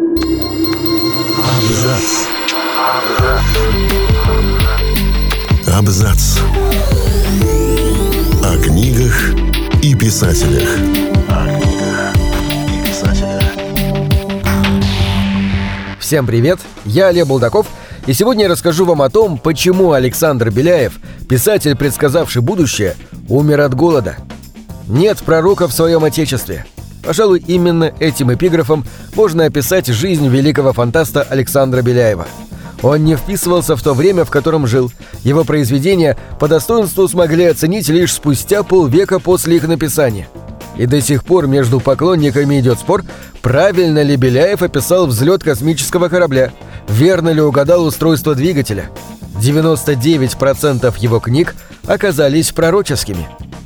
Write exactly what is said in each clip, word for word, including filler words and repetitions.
Абзац. Абзац. О книгах и писателях. О книгах и писателях. Всем привет, я Олег Булдаков, и сегодня я расскажу вам о том, почему Александр Беляев, писатель, предсказавший будущее, умер от голода. Нет пророка в своем отечестве. Пожалуй, именно этим эпиграфом можно описать жизнь великого фантаста Александра Беляева. Он не вписывался в то время, в котором жил. Его произведения по достоинству смогли оценить лишь спустя полвека после их написания. И до сих пор между поклонниками идет спор, правильно ли Беляев описал взлет космического корабля, верно ли угадал устройство двигателя. девяносто девять процентов его книг оказались пророческими.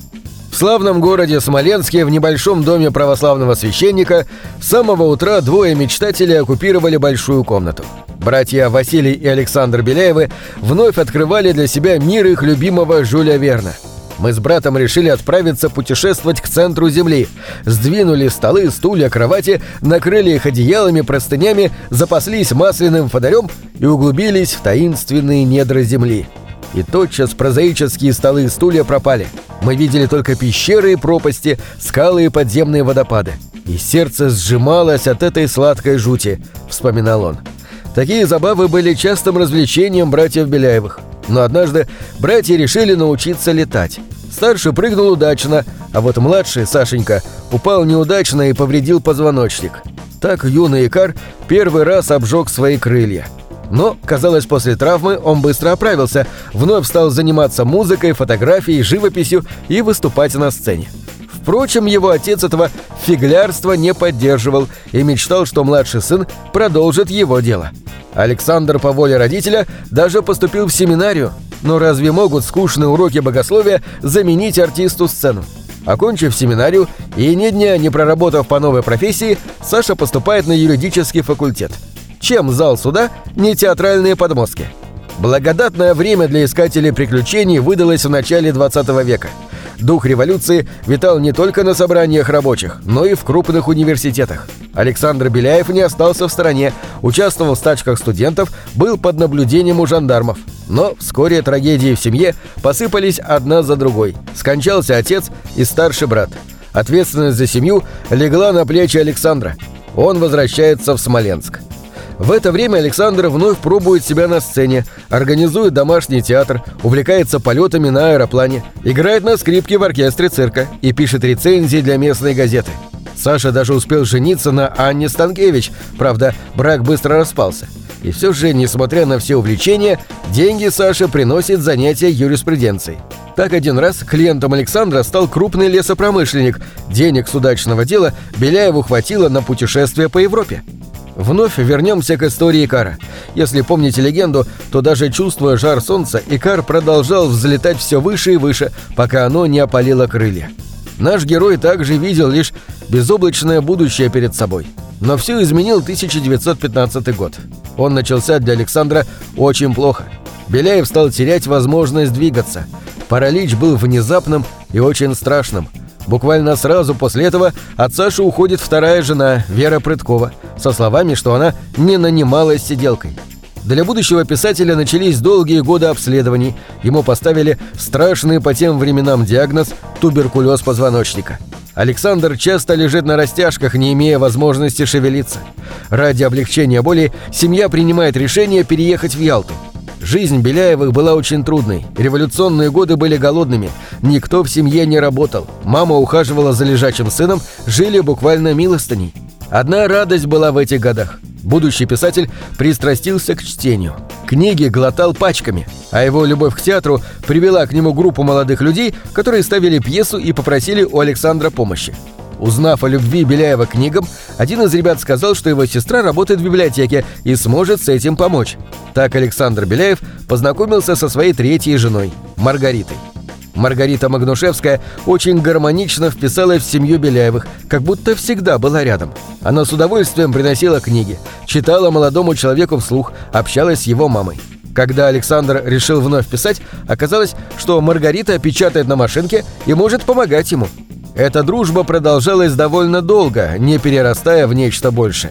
В славном городе Смоленске, в небольшом доме православного священника, с самого утра двое мечтателей оккупировали большую комнату. Братья Василий и Александр Беляевы вновь открывали для себя мир их любимого Жюля Верна. Мы с братом решили отправиться путешествовать к центру Земли. Сдвинули столы, стулья, кровати, накрыли их одеялами, простынями, запаслись масляным фонарем и углубились в таинственные недра Земли. И тотчас прозаические столы и стулья пропали. Мы видели только пещеры и пропасти, скалы и подземные водопады. И сердце сжималось от этой сладкой жути, вспоминал он. Такие забавы были частым развлечением братьев Беляевых. Но однажды братья решили научиться летать. Старший прыгнул удачно, а вот младший, Сашенька, упал неудачно и повредил позвоночник. Так юный Икар первый раз обжег свои крылья. Но, казалось, после травмы он быстро оправился, вновь стал заниматься музыкой, фотографией, живописью и выступать на сцене. Впрочем, его отец этого фиглярства не поддерживал и мечтал, что младший сын продолжит его дело. Александр по воле родителя даже поступил в семинарию, но разве могут скучные уроки богословия заменить артисту сцену? Окончив семинарию и ни дня не проработав по новой профессии, Саша поступает на юридический факультет. Чем зал суда не театральные подмостки? Благодатное время для искателей приключений выдалось в начале двадцатого века. Дух революции витал не только на собраниях рабочих, но и в крупных университетах. Александр Беляев не остался в стороне, участвовал в стачках студентов, был под наблюдением у жандармов. Но вскоре трагедии в семье посыпались одна за другой. Скончался отец и старший брат. Ответственность за семью легла на плечи Александра. Он возвращается в Смоленск. В это время Александр вновь пробует себя на сцене, организует домашний театр, увлекается полетами на аэроплане, играет на скрипке в оркестре цирка и пишет рецензии для местной газеты. Саша даже успел жениться на Анне Станкевич, правда, брак быстро распался. И все же, несмотря на все увлечения, деньги Саше приносит занятия юриспруденцией. Так один раз клиентом Александра стал крупный лесопромышленник. Денег с удачного дела Беляеву хватило на путешествие по Европе. Вновь вернемся к истории Икара. Если помните легенду, то даже чувствуя жар солнца, Икар продолжал взлетать все выше и выше, пока оно не опалило крылья. Наш герой также видел лишь безоблачное будущее перед собой. Но все изменил тысяча девятьсот пятнадцатый год. Он начался для Александра очень плохо. Беляев стал терять возможность двигаться. Паралич был внезапным и очень страшным. Буквально сразу после этого от Саши уходит вторая жена, Вера Прыткова, со словами, что она не нанималась сиделкой. Для будущего писателя начались долгие годы обследований. Ему поставили страшный по тем временам диагноз туберкулез позвоночника. Александр часто лежит на растяжках, не имея возможности шевелиться. Ради облегчения боли семья принимает решение переехать в Ялту. Жизнь Беляевых была очень трудной, революционные годы были голодными, никто в семье не работал, мама ухаживала за лежачим сыном, жили буквально милостыней. Одна радость была в этих годах. Будущий писатель пристрастился к чтению. Книги глотал пачками, а его любовь к театру привела к нему группу молодых людей, которые ставили пьесу и попросили у Александра помощи. Узнав о любви Беляева к книгам, один из ребят сказал, что его сестра работает в библиотеке и сможет с этим помочь. Так Александр Беляев познакомился со своей третьей женой, Маргаритой. Маргарита Магнушевская очень гармонично вписалась в семью Беляевых, как будто всегда была рядом. Она с удовольствием приносила книги, читала молодому человеку вслух, общалась с его мамой. Когда Александр решил вновь писать, оказалось, что Маргарита печатает на машинке и может помогать ему. Эта дружба продолжалась довольно долго, не перерастая в нечто большее.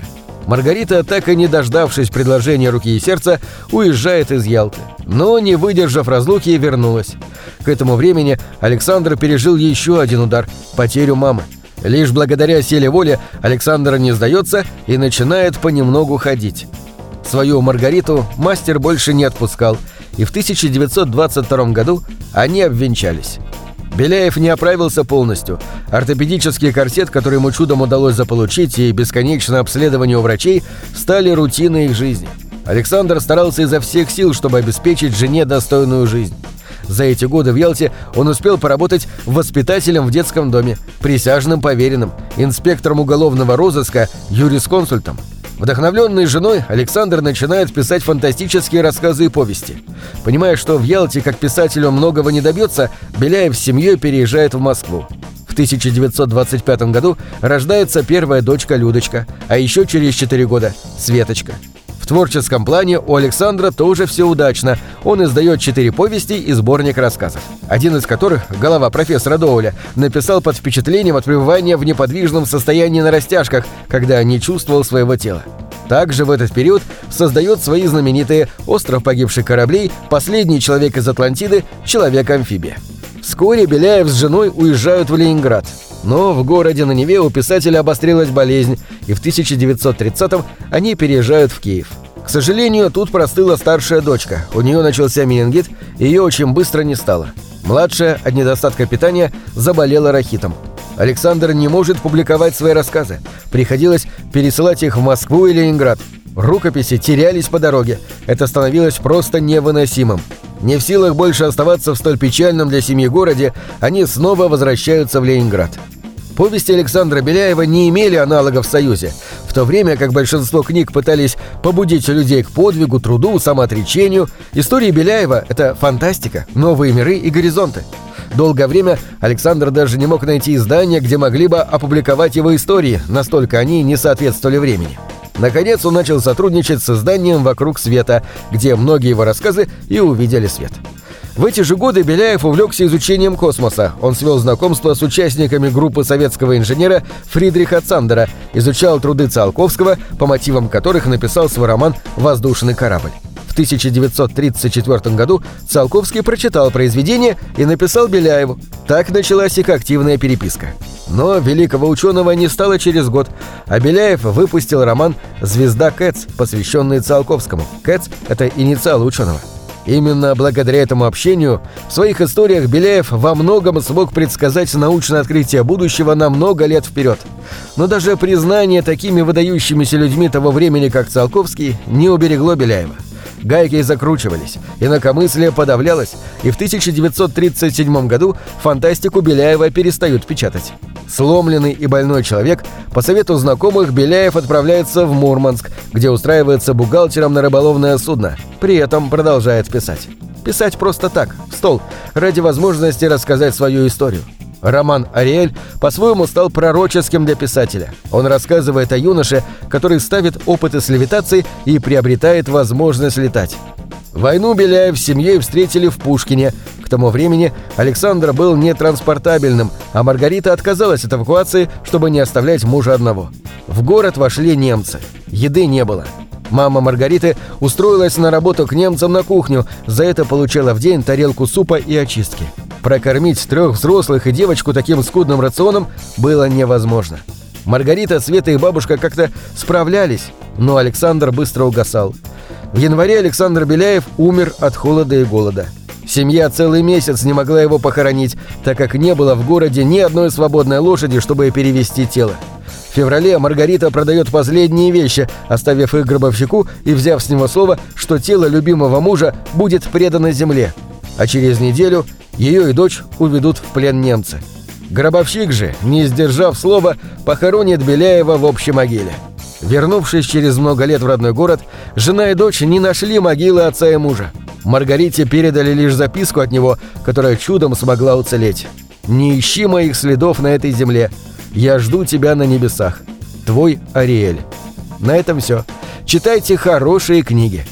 Маргарита, так и не дождавшись предложения руки и сердца, уезжает из Ялты. Но, не выдержав разлуки, вернулась. К этому времени Александр пережил еще один удар – потерю мамы. Лишь благодаря силе воли Александр не сдается и начинает понемногу ходить. Свою Маргариту мастер больше не отпускал, и в тысяча девятьсот двадцать втором году они обвенчались. Беляев не оправился полностью. Ортопедический корсет, который ему чудом удалось заполучить, и бесконечное обследование у врачей стали рутиной их жизни. Александр старался изо всех сил, чтобы обеспечить жене достойную жизнь. За эти годы в Ялте он успел поработать воспитателем в детском доме, присяжным поверенным, инспектором уголовного розыска, юрисконсультом. Вдохновленный женой, Александр начинает писать фантастические рассказы и повести. Понимая, что в Ялте как писателю многого не добьется, Беляев с семьей переезжает в Москву. В тысяча девятьсот двадцать пятом году рождается первая дочка Людочка, а еще через четыре года – Светочка. В творческом плане у Александра тоже все удачно. Он издает четыре повести и сборник рассказов. Один из которых, голова профессора Доуэля, написал под впечатлением от пребывания в неподвижном состоянии на растяжках, когда не чувствовал своего тела. Также в этот период создает свои знаменитые «Остров погибших кораблей», «Последний человек из Атлантиды», «Человек-амфибия». Вскоре Беляев с женой уезжают в Ленинград. Но в городе на Неве у писателя обострилась болезнь, и в тысяча девятьсот тридцатом они переезжают в Киев. К сожалению, тут простыла старшая дочка, у нее начался менингит, и ее очень быстро не стало. Младшая от недостатка питания заболела рахитом. Александр не может публиковать свои рассказы. Приходилось пересылать их в Москву и Ленинград. Рукописи терялись по дороге. Это становилось просто невыносимым. Не в силах больше оставаться в столь печальном для семьи городе, они снова возвращаются в Ленинград. Повести Александра Беляева не имели аналогов в Союзе, в то время как большинство книг пытались побудить людей к подвигу, труду, самоотречению. Истории Беляева – это фантастика, новые миры и горизонты. Долгое время Александр даже не мог найти издания, где могли бы опубликовать его истории, настолько они не соответствовали времени. Наконец он начал сотрудничать с изданием «Вокруг света», где многие его рассказы и увидели свет. В эти же годы Беляев увлекся изучением космоса. Он свел знакомство с участниками группы советского инженера Фридриха Цандера, изучал труды Циолковского, по мотивам которых написал свой роман «Воздушный корабль». В тысяча девятьсот тридцать четвёртом году Циолковский прочитал произведение и написал Беляеву. Так началась их активная переписка. Но великого ученого не стало через год, а Беляев выпустил роман «Звезда Кэтс», посвященный Циолковскому. Кэтс – это инициалы ученого. Именно благодаря этому общению в своих историях Беляев во многом смог предсказать научное открытие будущего на много лет вперед. Но даже признание такими выдающимися людьми того времени, как Циолковский, не уберегло Беляева. Гайки закручивались, инакомыслие подавлялось, и в тысяча девятьсот тридцать седьмом году фантастику Беляева перестают печатать. Сломленный и больной человек, по совету знакомых Беляев отправляется в Мурманск, где устраивается бухгалтером на рыболовное судно, при этом продолжает писать. Писать просто так, в стол, ради возможности рассказать свою историю. Роман «Ариэль» по-своему стал пророческим для писателя. Он рассказывает о юноше, который ставит опыты с левитацией и приобретает возможность летать. Войну Беляев с семьей встретили в Пушкине. К тому времени Александр был нетранспортабельным, а Маргарита отказалась от эвакуации, чтобы не оставлять мужа одного. В город вошли немцы. Еды не было. Мама Маргариты устроилась на работу к немцам на кухню, за это получала в день тарелку супа и очистки. Прокормить трех взрослых и девочку таким скудным рационом было невозможно. Маргарита, Света и бабушка как-то справлялись, но Александр быстро угасал. В январе Александр Беляев умер от холода и голода. Семья целый месяц не могла его похоронить, так как не было в городе ни одной свободной лошади, чтобы перевезти тело. В феврале Маргарита продает последние вещи, оставив их гробовщику и взяв с него слово, что тело любимого мужа будет предано земле. А через неделю ее и дочь уведут в плен немцы. Гробовщик же, не сдержав слова, похоронит Беляева в общей могиле. Вернувшись через много лет в родной город, жена и дочь не нашли могилы отца и мужа. Маргарите передали лишь записку от него, которая чудом смогла уцелеть. «Не ищи моих следов на этой земле. Я жду тебя на небесах. Твой Ариэль». На этом все. Читайте хорошие книги.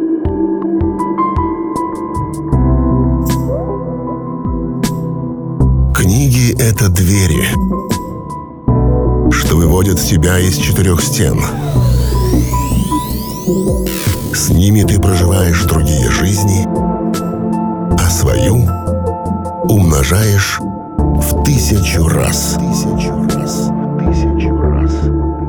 Книги — это двери, что выводят тебя из четырех стен. С ними ты проживаешь другие жизни, а свою умножаешь в тысячу раз. Тысячу раз, тысячу раз.